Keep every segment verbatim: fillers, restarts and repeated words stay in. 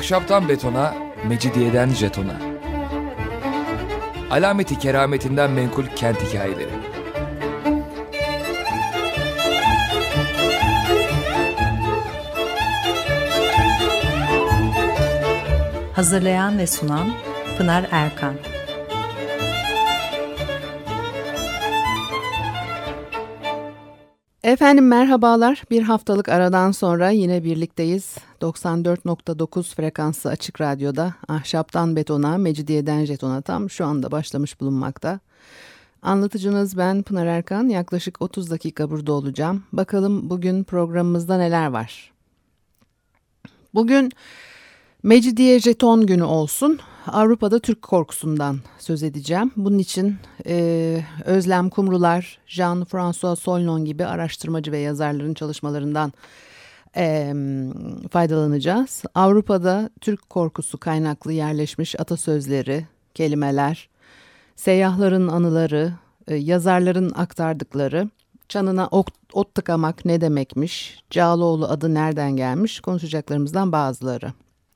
Ahşaptan betona, mecidiyeden jetona. Alameti kerametinden menkul kent hikayeleri. Hazırlayan ve sunan Pınar Erkan. Efendim merhabalar. Bir haftalık aradan sonra yine birlikteyiz. doksan dört nokta dokuz frekanslı Açık Radyo'da Ahşaptan Betona, Mecidiyeden Jeton'a tam şu anda başlamış bulunmakta. Anlatıcınız ben Pınar Erkan. Yaklaşık otuz dakika burada olacağım. Bakalım bugün programımızda neler var? Bugün Mecidiye Jeton günü olsun. Avrupa'da Türk korkusundan söz edeceğim. Bunun için e, Özlem Kumrular, Jean-François Saulnon gibi araştırmacı ve yazarların çalışmalarından e, faydalanacağız. Avrupa'da Türk korkusu kaynaklı yerleşmiş atasözleri, kelimeler, seyyahların anıları, e, yazarların aktardıkları, çanına ot, ot tıkamak ne demekmiş, Cağaloğlu adı nereden gelmiş konuşacaklarımızdan bazıları.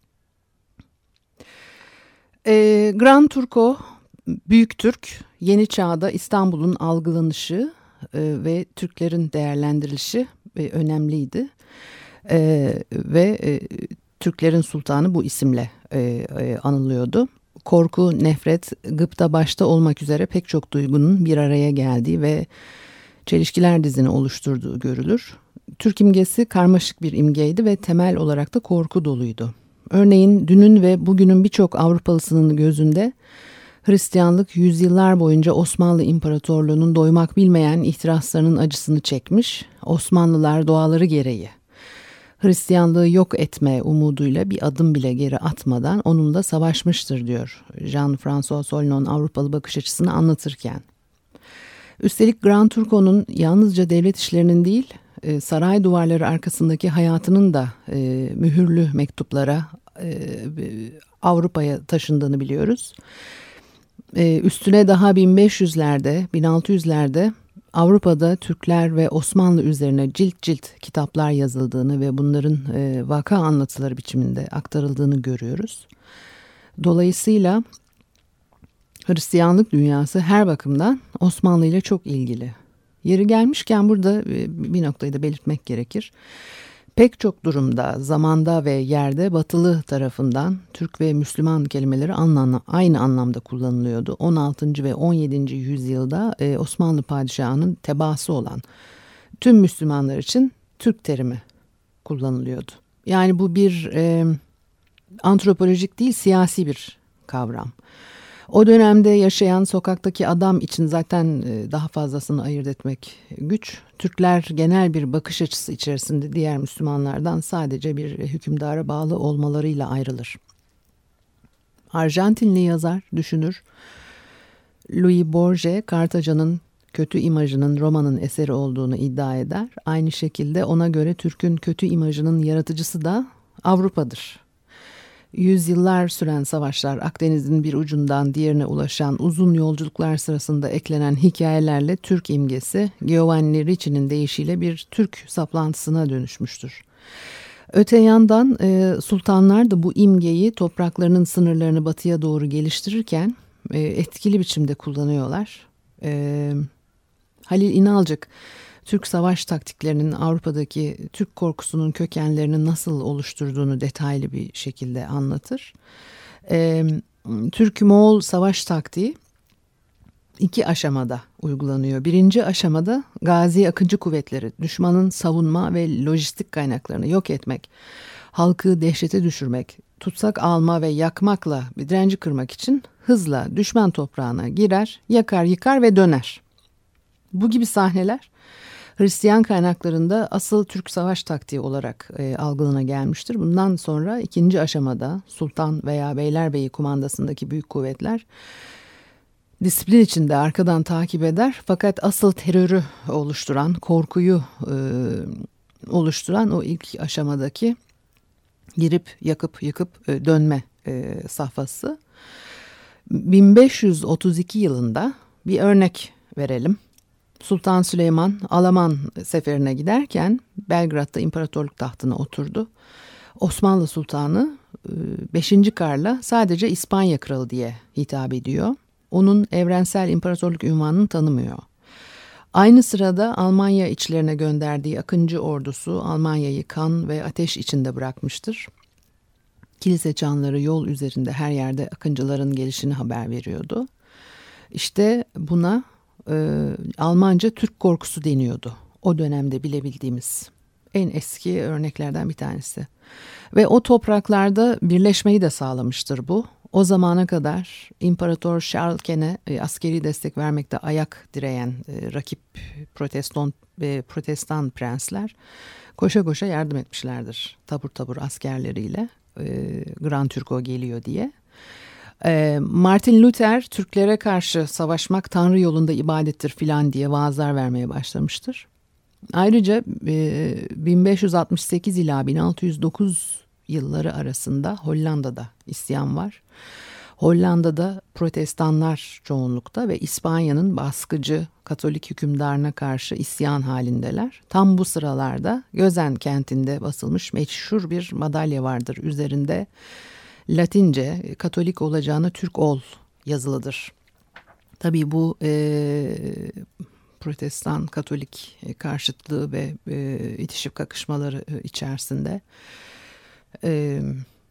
E, Grand Turco, Büyük Türk, Yeni Çağ'da İstanbul'un algılanışı e, ve Türklerin değerlendirilişi e, önemliydi. E, ve e, Türklerin sultanı bu isimle e, e, anılıyordu. Korku, nefret, gıpta başta olmak üzere pek çok duygunun bir araya geldiği ve çelişkiler dizini oluşturduğu görülür. Türk imgesi karmaşık bir imgeydi ve temel olarak da korku doluydu. Örneğin dünün ve bugünün birçok Avrupalısının gözünde Hristiyanlık yüzyıllar boyunca Osmanlı İmparatorluğu'nun doymak bilmeyen ihtiraslarının acısını çekmiş, Osmanlılar doğaları gereği Hristiyanlığı yok etme umuduyla bir adım bile geri atmadan onunla savaşmıştır diyor Jean-François Saulnon Avrupalı bakış açısını anlatırken. Üstelik Grand Turco'nun yalnızca devlet işlerinin değil, saray duvarları arkasındaki hayatının da e, mühürlü mektuplara e, Avrupa'ya taşındığını biliyoruz. E, üstüne daha bin beş yüzlerde, bin altı yüzlerde Avrupa'da Türkler ve Osmanlı üzerine cilt cilt kitaplar yazıldığını ve bunların e, vaka anlatıları biçiminde aktarıldığını görüyoruz. Dolayısıyla Hristiyanlık dünyası her bakımdan Osmanlı ile çok ilgili. Yeri gelmişken burada bir noktayı da belirtmek gerekir. Pek çok durumda, zamanda ve yerde Batılı tarafından Türk ve Müslüman kelimeleri aynı anlamda kullanılıyordu. on altıncı ve on yedinci yüzyılda Osmanlı padişahının tebaası olan tüm Müslümanlar için Türk terimi kullanılıyordu. Yani bu bir e, antropolojik değil, siyasi bir kavram. O dönemde yaşayan sokaktaki adam için zaten daha fazlasını ayırt etmek güç. Türkler genel bir bakış açısı içerisinde diğer Müslümanlardan sadece bir hükümdara bağlı olmalarıyla ayrılır. Arjantinli yazar, düşünür Louis Borges, Kartaca'nın kötü imajının romanın eseri olduğunu iddia eder. Aynı şekilde ona göre Türk'ün kötü imajının yaratıcısı da Avrupa'dır. Yüzyıllar süren savaşlar, Akdeniz'in bir ucundan diğerine ulaşan uzun yolculuklar sırasında eklenen hikayelerle Türk imgesi Giovanni Ricci'nin deyişiyle bir Türk saplantısına dönüşmüştür. Öte yandan e, sultanlar da bu imgeyi topraklarının sınırlarını batıya doğru geliştirirken e, etkili biçimde kullanıyorlar. E, Halil İnalcık, Türk savaş taktiklerinin Avrupa'daki Türk korkusunun kökenlerini nasıl oluşturduğunu detaylı bir şekilde anlatır. Ee, Türk-Moğol savaş taktiği iki aşamada uygulanıyor. Birinci aşamada Gazi Akıncı kuvvetleri düşmanın savunma ve lojistik kaynaklarını yok etmek, halkı dehşete düşürmek, tutsak alma ve yakmakla bir direnci kırmak için hızla düşman toprağına girer, yakar, yıkar ve döner. Bu gibi sahneler Hristiyan kaynaklarında asıl Türk savaş taktiği olarak e, algılana gelmiştir. Bundan sonra ikinci aşamada sultan veya beylerbeyi kumandasındaki büyük kuvvetler disiplin içinde arkadan takip eder. Fakat asıl terörü oluşturan, korkuyu e, oluşturan o ilk aşamadaki girip yakıp yıkıp e, dönme e, safhası. bin beş yüz otuz iki yılında bir örnek verelim. Sultan Süleyman Alaman seferine giderken Belgrad'da imparatorluk tahtına oturdu. Osmanlı Sultanı beşinci Karl'a sadece İspanya kralı diye hitap ediyor. Onun evrensel imparatorluk unvanını tanımıyor. Aynı sırada Almanya içlerine gönderdiği Akıncı ordusu Almanya'yı kan ve ateş içinde bırakmıştır. Kilise çanları yol üzerinde her yerde Akıncıların gelişini haber veriyordu. İşte buna e, Almanca Türk korkusu deniyordu. O dönemde bilebildiğimiz en eski örneklerden bir tanesi. Ve o topraklarda birleşmeyi de sağlamıştır bu. O zamana kadar İmparator Şarlken'e e, askeri destek vermekte ayak direyen e, rakip protestan ve protestan prensler koşa koşa yardım etmişlerdir. Tabur tabur askerleriyle e, Grand Turco geliyor diye. E, Martin Luther Türklere karşı savaşmak Tanrı yolunda ibadettir filan diye vaazlar vermeye başlamıştır. Ayrıca e, bin beş yüz altmış sekiz ila bin altı yüz dokuz yılları arasında Hollanda'da isyan var. Hollanda'da protestanlar çoğunlukta ve İspanya'nın baskıcı Katolik hükümdarına karşı isyan halindeler. Tam bu sıralarda Gözen kentinde basılmış meşhur bir madalya vardır. Üzerinde Latince Katolik olacağına Türk ol yazılıdır. Tabii bu e, Protestan Katolik karşıtlığı ve e, itişip kakışmaları içerisinde e,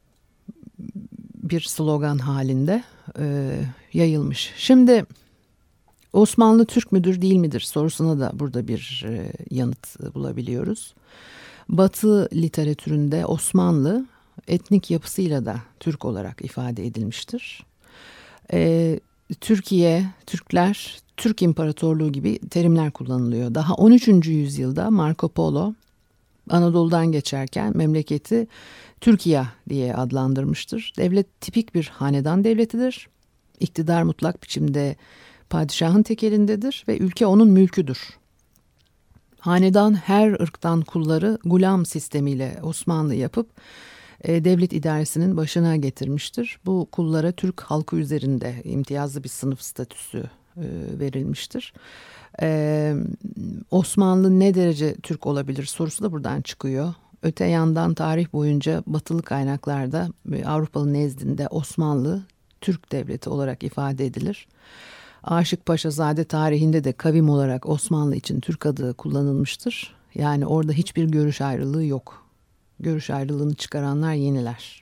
bir slogan halinde e, yayılmış. Şimdi Osmanlı Türk müdür değil midir sorusuna da burada bir e, yanıt bulabiliyoruz. Batı literatüründe Osmanlı etnik yapısıyla da Türk olarak ifade edilmiştir. E, Türkiye, Türkler, Türk İmparatorluğu gibi terimler kullanılıyor. Daha on üçüncü yüzyılda Marco Polo Anadolu'dan geçerken memleketi Türkiye diye adlandırmıştır. Devlet tipik bir hanedan devletidir. İktidar mutlak biçimde padişahın tek elindedir ve ülke onun mülküdür. Hanedan her ırktan kulları gulam sistemiyle Osmanlı yapıp e, devlet idaresinin başına getirmiştir. Bu kullara Türk halkı üzerinde imtiyazlı bir sınıf statüsü e, verilmiştir. Ee, Osmanlı ne derece Türk olabilir sorusu da buradan çıkıyor. Öte yandan tarih boyunca batılı kaynaklarda Avrupalı nezdinde Osmanlı Türk devleti olarak ifade edilir. Aşık Paşazade tarihinde de kavim olarak Osmanlı için Türk adı kullanılmıştır. Yani orada hiçbir görüş ayrılığı yok. Görüş ayrılığını çıkaranlar yeniler.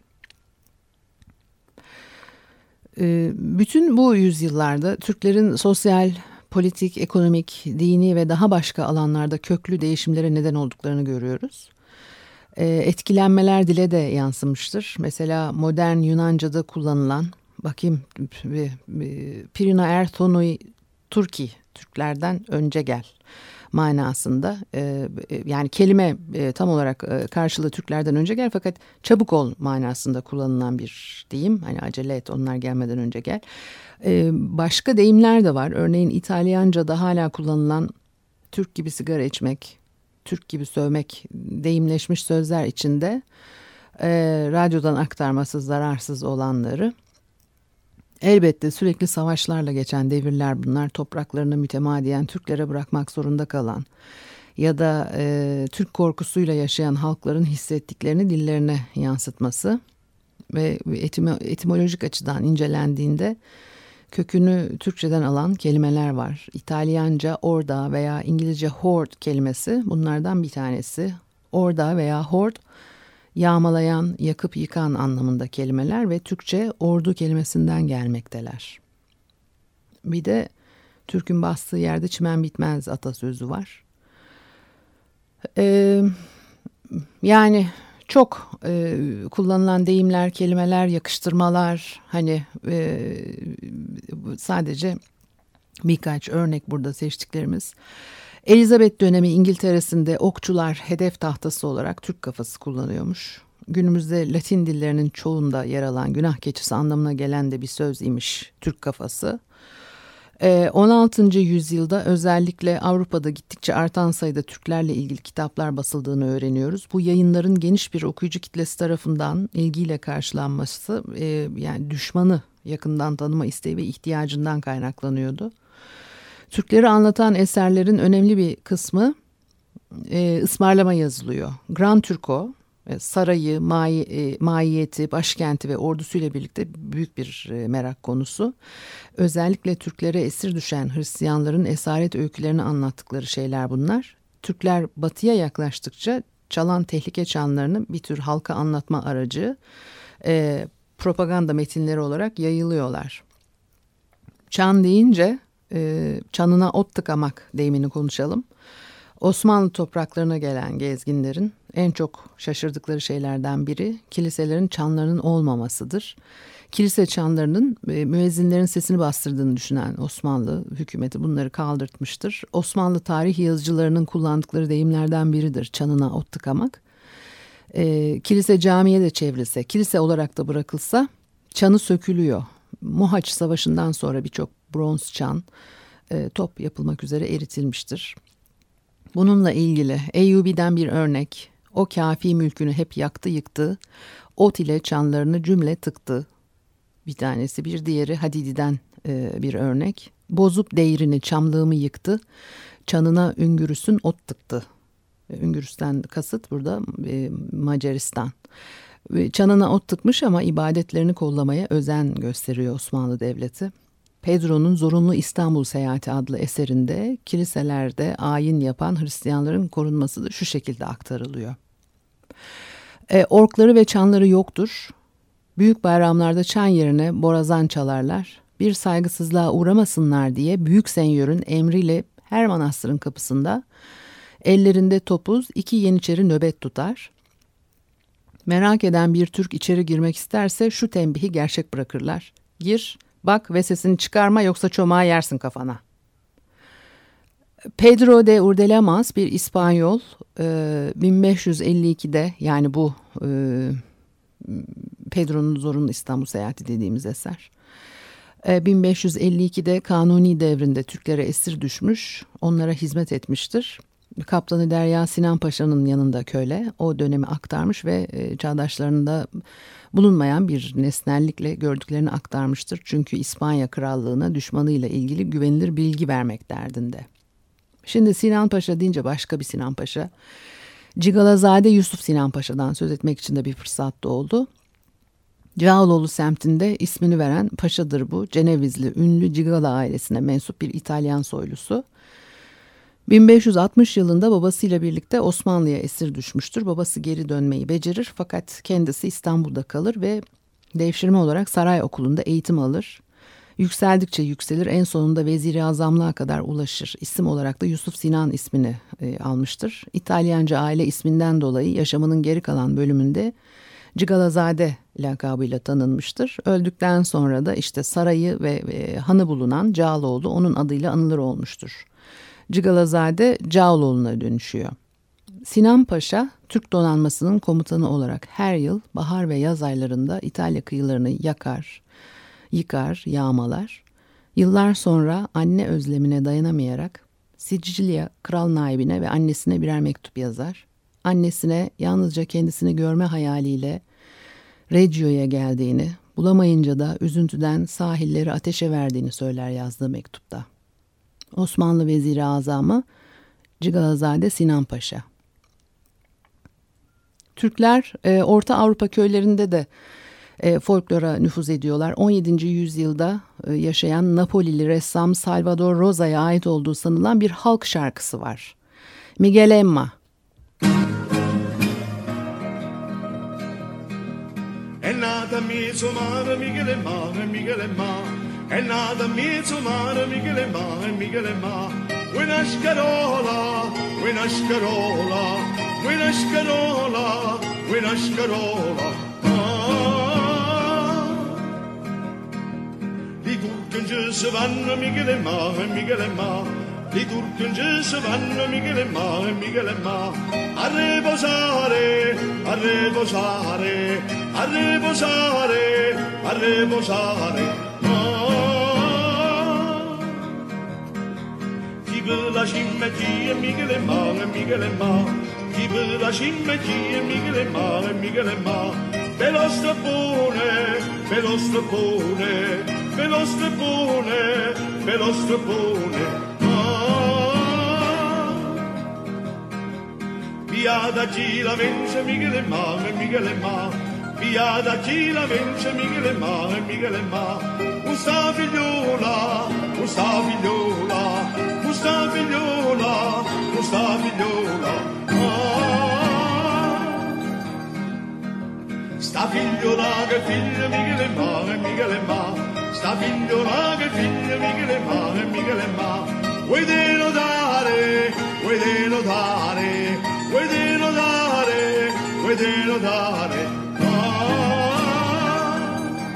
Ee, bütün bu yüzyıllarda Türklerin sosyal, politik, ekonomik, dini ve daha başka alanlarda köklü değişimlere neden olduklarını görüyoruz. E, etkilenmeler dile de yansımıştır. Mesela modern Yunanca'da kullanılan, bakayım, Pirina Ertonoi Turki, Türklerden önce gel manasında. E, yani kelime e, tam olarak e, karşılığı Türklerden önce gel, fakat çabuk ol manasında kullanılan bir deyim. Hani acele et, onlar gelmeden önce gel. Ee, başka deyimler de var. Örneğin İtalyanca'da hala kullanılan Türk gibi sigara içmek, Türk gibi sövmek deyimleşmiş sözler içinde e, radyodan aktarması zararsız olanları. Elbette sürekli savaşlarla geçen devirler bunlar. Topraklarını mütemadiyen Türklere bırakmak zorunda kalan ya da e, Türk korkusuyla yaşayan halkların hissettiklerini dillerine yansıtması ve etimo, etimolojik açıdan incelendiğinde kökünü Türkçeden alan kelimeler var. İtalyanca orda veya İngilizce horde kelimesi bunlardan bir tanesi. Orda veya horde yağmalayan, yakıp yıkan anlamında kelimeler ve Türkçe ordu kelimesinden gelmekteler. Bir de Türk'ün bastığı yerde çimen bitmez atasözü var. Ee, yani çok e, kullanılan deyimler, kelimeler, yakıştırmalar, hani e, sadece birkaç örnek burada seçtiklerimiz. Elizabeth dönemi İngiltere'sinde okçular hedef tahtası olarak Türk kafası kullanıyormuş. Günümüzde Latin dillerinin çoğunda yer alan günah keçisi anlamına gelen de bir söz imiş Türk kafası. on altıncı yüzyılda özellikle Avrupa'da gittikçe artan sayıda Türklerle ilgili kitaplar basıldığını öğreniyoruz. Bu yayınların geniş bir okuyucu kitlesi tarafından ilgiyle karşılanması, yani düşmanı yakından tanıma isteği ve ihtiyacından kaynaklanıyordu. Türkleri anlatan eserlerin önemli bir kısmı e, ısmarlama yazılıyor. Grand Turco Sarayı, mai, maiyeti, başkenti ve ordusuyla birlikte büyük bir merak konusu. Özellikle Türklere esir düşen Hristiyanların esaret öykülerini anlattıkları şeyler bunlar. Türkler batıya yaklaştıkça çalan tehlike çanlarını bir tür halka anlatma aracı, e, propaganda metinleri olarak yayılıyorlar. Çan deyince e, çanına ot tıkamak deyimini konuşalım. Osmanlı topraklarına gelen gezginlerin en çok şaşırdıkları şeylerden biri kiliselerin çanlarının olmamasıdır. Kilise çanlarının e, müezzinlerin sesini bastırdığını düşünen Osmanlı hükümeti bunları kaldırtmıştır. Osmanlı tarih yazıcılarının kullandıkları deyimlerden biridir çanına ot tıkamak. E, kilise camiye de çevrilse, kilise olarak da bırakılsa çanı sökülüyor. Mohaç Savaşı'ndan sonra birçok bronz çan e, top yapılmak üzere eritilmiştir. Bununla ilgili Eyyubi'den bir örnek, o kafi mülkünü hep yaktı yıktı, ot ile çanlarını cümle tıktı. Bir tanesi, bir diğeri Hadidi'den e, bir örnek. Bozup değrini çamlığımı yıktı, çanına üngürüsün ot tıktı. Üngürüs'ten kasıt burada e, Macaristan. Çanına ot tıkmış ama ibadetlerini kollamaya özen gösteriyor Osmanlı Devleti. Pedro'nun Zorunlu İstanbul Seyahati adlı eserinde kiliselerde ayin yapan Hristiyanların korunması da şu şekilde aktarılıyor. E, orkları ve çanları yoktur. Büyük bayramlarda çan yerine borazan çalarlar. Bir saygısızlığa uğramasınlar diye Büyük Senyör'ün emriyle her manastırın kapısında ellerinde topuz iki yeniçeri nöbet tutar. Merak eden bir Türk içeri girmek isterse şu tembihi gerçek bırakırlar. Gir, bak ve sesini çıkarma yoksa çomağı yersin kafana. Pedro de Urdellamaz bir İspanyol bin beş yüz elli ikide yani bu Pedro'nun Zorunlu İstanbul Seyahati dediğimiz eser. bin beş yüz elli ikide Kanuni devrinde Türklere esir düşmüş, onlara hizmet etmiştir. Kaptanı Derya Sinan Paşa'nın yanında köle, o dönemi aktarmış ve çağdaşlarında bulunmayan bir nesnellikle gördüklerini aktarmıştır. Çünkü İspanya Krallığı'na düşmanıyla ilgili güvenilir bilgi vermek derdinde. Şimdi Sinan Paşa deyince başka bir Sinan Paşa, Cigalazade Yusuf Sinan Paşa'dan söz etmek için de bir fırsat doğdu. Cağaloğlu semtinde ismini veren paşadır bu. Cenevizli, ünlü Cigala ailesine mensup bir İtalyan soylusu. bin beş yüz altmış yılında babasıyla birlikte Osmanlı'ya esir düşmüştür. Babası geri dönmeyi becerir fakat kendisi İstanbul'da kalır ve devşirme olarak saray okulunda eğitim alır. Yükseldikçe yükselir, en sonunda Vezir-i Azamlığa kadar ulaşır. İsim olarak da Yusuf Sinan ismini e, almıştır. İtalyanca aile isminden dolayı yaşamının geri kalan bölümünde Cigalazade lakabıyla tanınmıştır. Öldükten sonra da işte sarayı ve e, hanı bulunan Cağaloğlu onun adıyla anılır olmuştur. Cigalazade Cağaloğlu'na dönüşüyor. Sinan Paşa, Türk donanmasının komutanı olarak her yıl bahar ve yaz aylarında İtalya kıyılarını yakar, yıkar, yağmalar. Yıllar sonra anne özlemine dayanamayarak Sicilya kral naibine ve annesine birer mektup yazar. Annesine yalnızca kendisini görme hayaliyle Reggio'ya geldiğini, bulamayınca da üzüntüden sahilleri ateşe verdiğini söyler yazdığı mektupta. Osmanlı Veziri Azamı Cigalazade Sinan Paşa. Türkler e, Orta Avrupa köylerinde de e, folklora nüfuz ediyorlar. on yedinci yüzyılda e, yaşayan Napolili ressam Salvador Rosa'ya ait olduğu sanılan bir halk şarkısı var. Miguel Emma. È nata a mezzo mare Miguel Emma, Miguel Emma. È nata a mezzo mare Miguel Emma, Miguel Emma. Una scarola, una scarola, una scarola, una scarola. Ah. Di turcuncu se vanno Miguel Emma, Miguel Emma. Di turcuncu se vanno Miguel Emma, Miguel Emma. A riposare, a riposare, a riposare, a riposare. Ah. Chi per la cimmetia Miguel Emma, Miguel Emma. Chi per la cimmetia Miguel Emma, Miguel Emma. Ve lo strappone, ve lo strappone, ve lo strappone, ve lo strappone. Via Via da Gila vence Miguel e Ma, Miguel e Ma. Via da Gila vence Miguel e Ma, Miguel e Ma. Usta figliola, usta figliola, usta figliola, usta figliola. Ah. Sta figliola che figlio Miguel e Ma, Miguel e Ma. Sta figliola che figlio Miguel e Ma, Miguel e Ma. Vuoi denotare, vuoi denotare, vuoi denotare, vuoi denotare. Ah.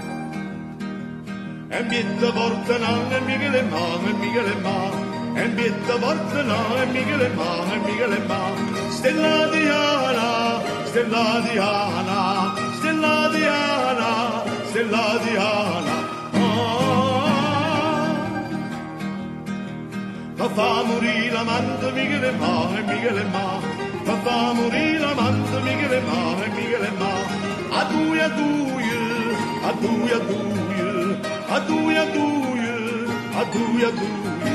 En bitte vorten en Miguel e Ma, en Miguel e Ma. En bitte vorten en Miguel e Ma, en Miguel e Ma. Stella Diana, Stella Diana, Stella Diana, Stella Diana. Ma fa morire l'amante Miguel e Ma, e Miguel e Ma. Ma fa morire l'amante Miguel e Ma, e Miguel e Ma. A due, a due, a due, a due, a due, a due, a due, a due.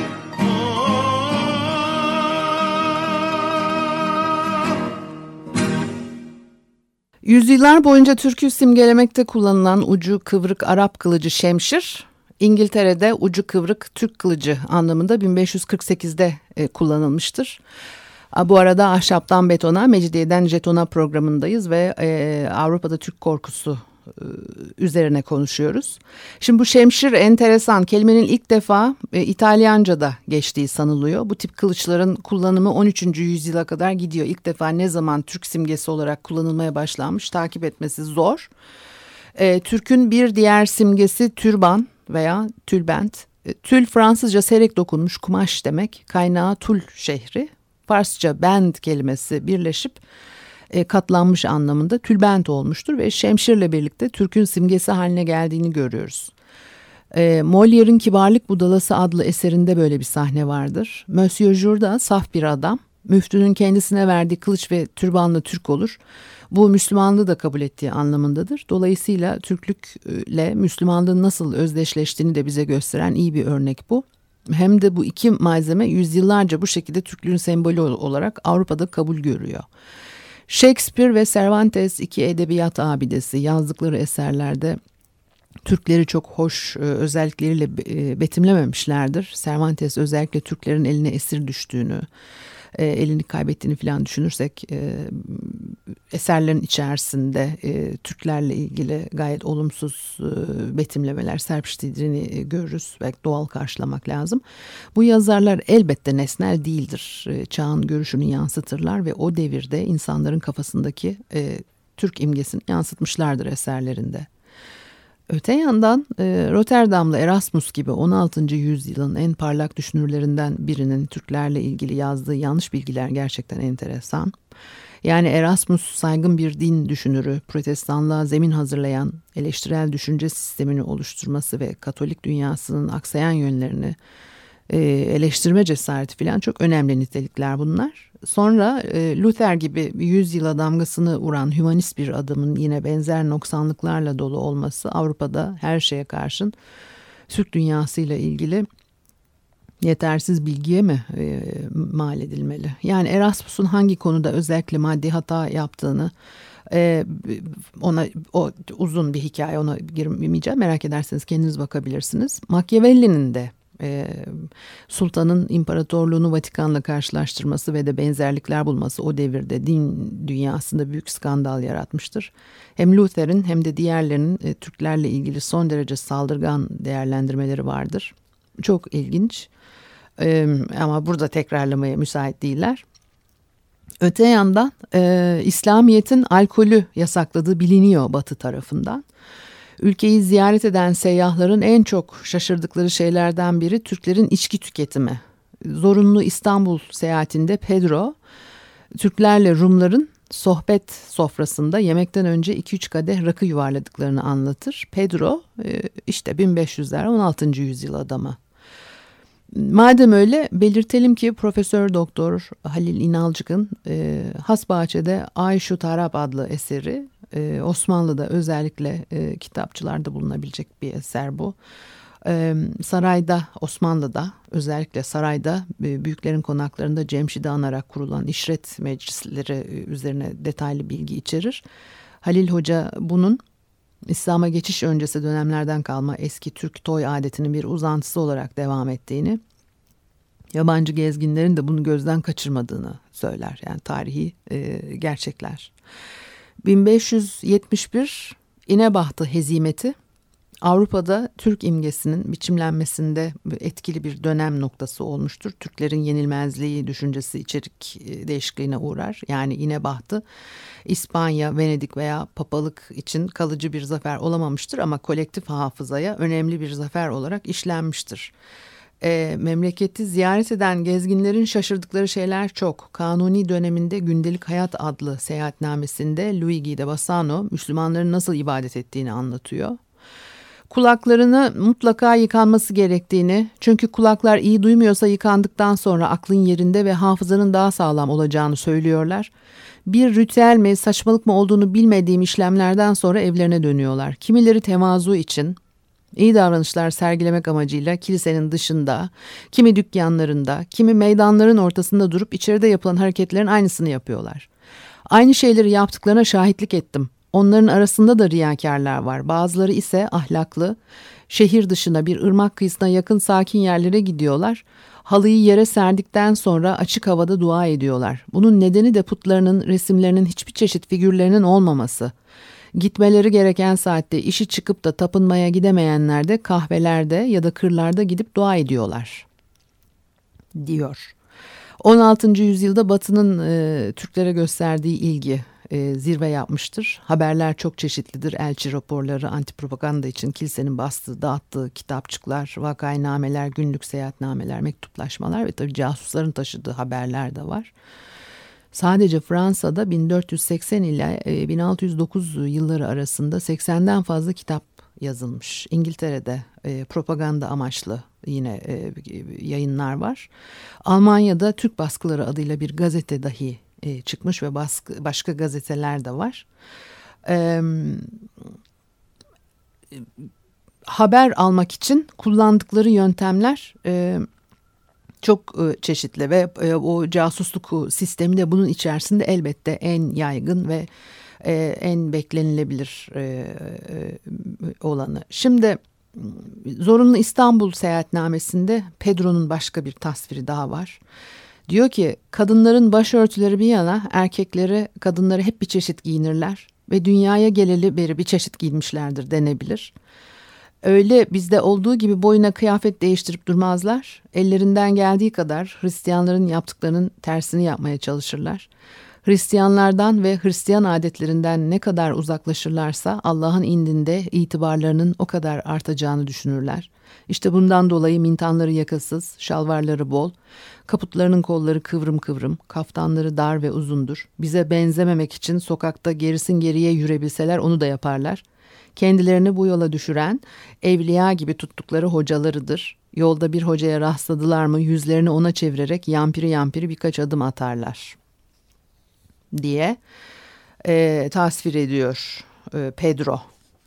Yüzyıllar boyunca türkü simgelemekte kullanılan ucu kıvrık Arap kılıcı şemşir, İngiltere'de ucu kıvrık Türk kılıcı anlamında bin beş yüz kırk sekizde e, kullanılmıştır. Bu arada ahşaptan betona, mecidiyeden jetona programındayız ve e, Avrupa'da Türk korkusu e, üzerine konuşuyoruz. Şimdi bu şemşir enteresan. Kelimenin ilk defa e, İtalyanca'da geçtiği sanılıyor. Bu tip kılıçların kullanımı on üçüncü yüzyıla kadar gidiyor. İlk defa ne zaman Türk simgesi olarak kullanılmaya başlanmış takip etmesi zor. E, Türk'ün bir diğer simgesi türban veya tülbent. E, tül Fransızca serek dokunmuş kumaş demek. Kaynağı Tul şehri. Farsça bend kelimesi birleşip e, katlanmış anlamında tülbent olmuştur ve şemşirle birlikte Türk'ün simgesi haline geldiğini görüyoruz. E, Molière'in Kibarlık Budalası adlı eserinde böyle bir sahne vardır. Monsieur Jourda saf bir adam, müftünün kendisine verdiği kılıç ve türbanla Türk olur. Bu Müslümanlığı da kabul ettiği anlamındadır. Dolayısıyla Türklükle Müslümanlığın nasıl özdeşleştiğini de bize gösteren iyi bir örnek bu. Hem de bu iki malzeme yüzyıllarca bu şekilde Türklüğün sembolü olarak Avrupa'da kabul görüyor. Shakespeare ve Cervantes iki edebiyat abidesi yazdıkları eserlerde Türkleri çok hoş özellikleriyle betimlememişlerdir. Cervantes özellikle Türklerin eline esir düştüğünü, elini kaybettiğini falan düşünürsek eserlerin içerisinde Türklerle ilgili gayet olumsuz betimlemeler serpiştirdiğini görürüz. Belki doğal karşılamak lazım. Bu yazarlar elbette nesnel değildir. Çağın görüşünü yansıtırlar ve o devirde insanların kafasındaki Türk imgesini yansıtmışlardır eserlerinde. Öte yandan Rotterdamlı Erasmus gibi on altıncı yüzyılın en parlak düşünürlerinden birinin Türklerle ilgili yazdığı yanlış bilgiler gerçekten enteresan. Yani Erasmus saygın bir din düşünürü, protestanlığa zemin hazırlayan eleştirel düşünce sistemini oluşturması ve Katolik dünyasının aksayan yönlerini eleştirme cesareti falan çok önemli nitelikler bunlar. Sonra Luther gibi yüzyıla damgasını vuran hümanist bir adamın yine benzer noksanlıklarla dolu olması Avrupa'da her şeye karşın Türk dünyasıyla ilgili yetersiz bilgiye mi e, mal edilmeli? Yani Erasmus'un hangi konuda özellikle maddi hata yaptığını e, ona o uzun bir hikaye, ona girmeyeceğim. Merak ederseniz kendiniz bakabilirsiniz. Machiavelli'nin de e, sultanın imparatorluğunu Vatikan'la karşılaştırması ve de benzerlikler bulması o devirde din dünyasında büyük skandal yaratmıştır. Hem Luther'in hem de diğerlerinin e, Türklerle ilgili son derece saldırgan değerlendirmeleri vardır. Çok ilginç. Ee, ama burada tekrarlamaya müsait değiller. Öte yandan e, İslamiyet'in alkolü yasakladığı biliniyor Batı tarafından. Ülkeyi ziyaret eden seyyahların en çok şaşırdıkları şeylerden biri Türklerin içki tüketimi. Zorunlu İstanbul seyahatinde Pedro, Türklerle Rumların sohbet sofrasında yemekten önce iki üç kadeh rakı yuvarladıklarını anlatır. Pedro e, işte bin beş yüzler on altıncı yüzyıl adamı. Madem öyle belirtelim ki Profesör Doktor Halil İnalcık'ın e, Hasbahçe'de Ayşu Tarab adlı eseri e, Osmanlı'da özellikle e, kitapçılarda bulunabilecek bir eser bu. Ee, sarayda, Osmanlı'da, özellikle sarayda büyüklerin konaklarında Cemşid'i anarak kurulan işret meclisleri üzerine detaylı bilgi içerir. Halil Hoca bunun İslam'a geçiş öncesi dönemlerden kalma eski Türk toy adetinin bir uzantısı olarak devam ettiğini, yabancı gezginlerin de bunu gözden kaçırmadığını söyler. Yani tarihi e, gerçekler. bin beş yüz yetmiş bir İnebahtı hezimeti Avrupa'da Türk imgesinin biçimlenmesinde etkili bir dönem noktası olmuştur. Türklerin yenilmezliği düşüncesi içerik değişikliğine uğrar. Yani İnebahtı İspanya, Venedik veya papalık için kalıcı bir zafer olamamıştır ama kolektif hafızaya önemli bir zafer olarak işlenmiştir. E, memleketi ziyaret eden gezginlerin şaşırdıkları şeyler çok. Kanuni döneminde Gündelik Hayat adlı seyahatnamesinde Luigi de Bassano Müslümanların nasıl ibadet ettiğini anlatıyor. Kulaklarını mutlaka yıkanması gerektiğini, çünkü kulaklar iyi duymuyorsa yıkandıktan sonra aklın yerinde ve hafızanın daha sağlam olacağını söylüyorlar. Bir ritüel mi, saçmalık mı olduğunu bilmediğim işlemlerden sonra evlerine dönüyorlar. Kimileri tevazu için, iyi davranışlar sergilemek amacıyla kilisenin dışında, kimi dükkanlarında, kimi meydanların ortasında durup içeride yapılan hareketlerin aynısını yapıyorlar. Aynı şeyleri yaptıklarına şahitlik ettim. Onların arasında da riyakarlar var. Bazıları ise ahlaklı, şehir dışına bir ırmak kıyısına yakın sakin yerlere gidiyorlar. Halıyı yere serdikten sonra açık havada dua ediyorlar. Bunun nedeni de putlarının, resimlerinin, hiçbir çeşit figürlerinin olmaması. Gitmeleri gereken saatte işi çıkıp da tapınmaya gidemeyenler de kahvelerde ya da kırlarda gidip dua ediyorlar, diyor. on altıncı yüzyılda Batı'nın e, Türklere gösterdiği ilgi e, zirve yapmıştır. Haberler çok çeşitlidir. Elçi raporları, antipropaganda için kilisenin bastığı, dağıttığı kitapçıklar, vakainameler, günlük seyahatnameler, mektuplaşmalar ve tabii casusların taşıdığı haberler de var. Sadece Fransa'da bin dört yüz seksen ile bin altı yüz dokuz yılları arasında seksenden fazla kitap yazılmış. İngiltere'de e, propaganda amaçlı yine e, yayınlar var. Almanya'da Türk baskıları adıyla bir gazete dahi e, çıkmış ve baskı, başka gazeteler de var. E, haber almak için kullandıkları yöntemler e, çok e, çeşitli ve e, o casusluk sistemi de bunun içerisinde elbette en yaygın ve e, en beklenilebilir e, e, olanı. Şimdi Zorunlu İstanbul seyahatnamesinde Pedro'nun başka bir tasviri daha var. Diyor ki kadınların başörtüleri bir yana, erkekleri kadınları hep bir çeşit giyinirler ve dünyaya geleli beri bir çeşit giyinmişlerdir denebilir. Öyle bizde olduğu gibi boyuna kıyafet değiştirip durmazlar. Ellerinden geldiği kadar Hristiyanların yaptıklarının tersini yapmaya çalışırlar. Hristiyanlardan ve Hristiyan adetlerinden ne kadar uzaklaşırlarsa Allah'ın indinde itibarlarının o kadar artacağını düşünürler. İşte bundan dolayı mintanları yakasız, şalvarları bol, kaputlarının kolları kıvrım kıvrım, kaftanları dar ve uzundur. Bize benzememek için sokakta gerisin geriye yürüyebilseler onu da yaparlar. Kendilerini bu yola düşüren, evliya gibi tuttukları hocalarıdır. Yolda bir hocaya rastladılar mı yüzlerini ona çevirerek yampiri yampiri birkaç adım atarlar diye e, tasvir ediyor e, Pedro.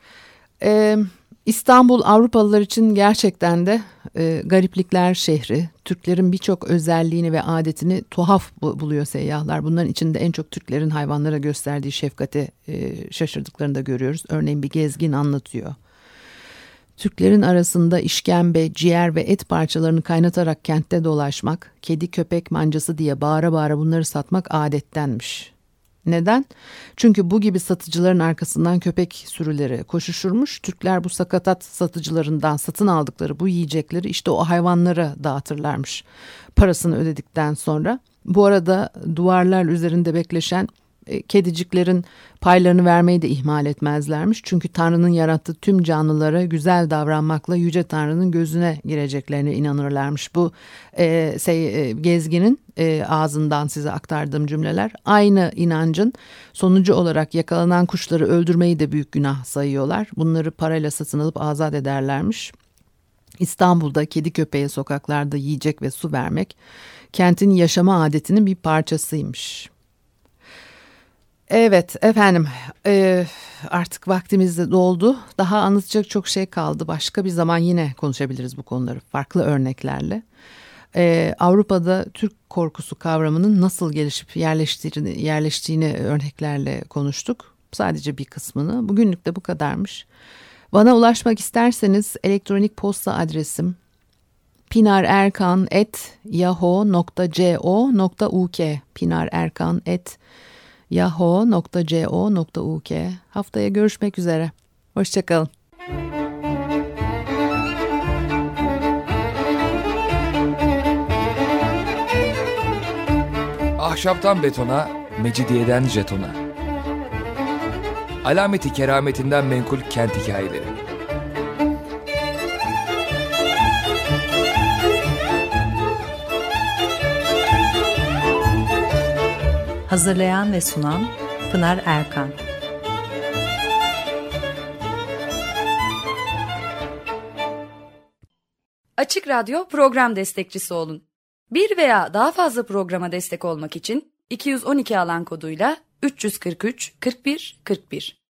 E, İstanbul Avrupalılar için gerçekten de e, gariplikler şehri. Türklerin birçok özelliğini ve adetini tuhaf buluyor seyyahlar. Bunların içinde en çok Türklerin hayvanlara gösterdiği şefkate e, şaşırdıklarını da görüyoruz. Örneğin bir gezgin anlatıyor. Türklerin arasında işkembe, ciğer ve et parçalarını kaynatarak kentte dolaşmak, kedi köpek mancası diye bağıra bağıra bunları satmak adettenmiş. Neden? Çünkü bu gibi satıcıların arkasından köpek sürüleri koşuşurmuş. Türkler bu sakatat satıcılarından satın aldıkları bu yiyecekleri işte o hayvanlara dağıtırlarmış parasını ödedikten sonra. Bu arada duvarlar üzerinde bekleşen e, kediciklerin paylarını vermeyi de ihmal etmezlermiş. Çünkü Tanrı'nın yarattığı tüm canlılara güzel davranmakla Yüce Tanrı'nın gözüne gireceklerine inanırlarmış. Bu e, şey, e, gezginin e, ağzından size aktardığım cümleler aynı inancın sonucu olarak yakalanan kuşları öldürmeyi de büyük günah sayıyorlar. Bunları parayla satın alıp azat ederlermiş. İstanbul'da kedi köpeğe sokaklarda yiyecek ve su vermek kentin yaşama adetinin bir parçasıymış. Evet efendim, e, artık vaktimiz de doldu. Daha anlatacak çok şey kaldı. Başka bir zaman yine konuşabiliriz bu konuları farklı örneklerle. E, Avrupa'da Türk korkusu kavramının nasıl gelişip yerleştiğini, yerleştiğini örneklerle konuştuk. Sadece bir kısmını. Bugünlük de bu kadarmış. Bana ulaşmak isterseniz elektronik posta adresim pinarerkan at yahoo nokta co.uk pinarerkan at yahoo nokta co nokta uk. Haftaya görüşmek üzere. Hoşçakalın. Ahşaptan betona, mecidiyeden jetona. Alameti kerametinden menkul kent hikayeleri. Hazırlayan ve sunan Pınar Erkan. Açık Radyo program destekçisi olun. Bir veya daha fazla programa destek olmak için iki yüz on iki alan koduyla üç yüz kırk üç kırk bir kırk bir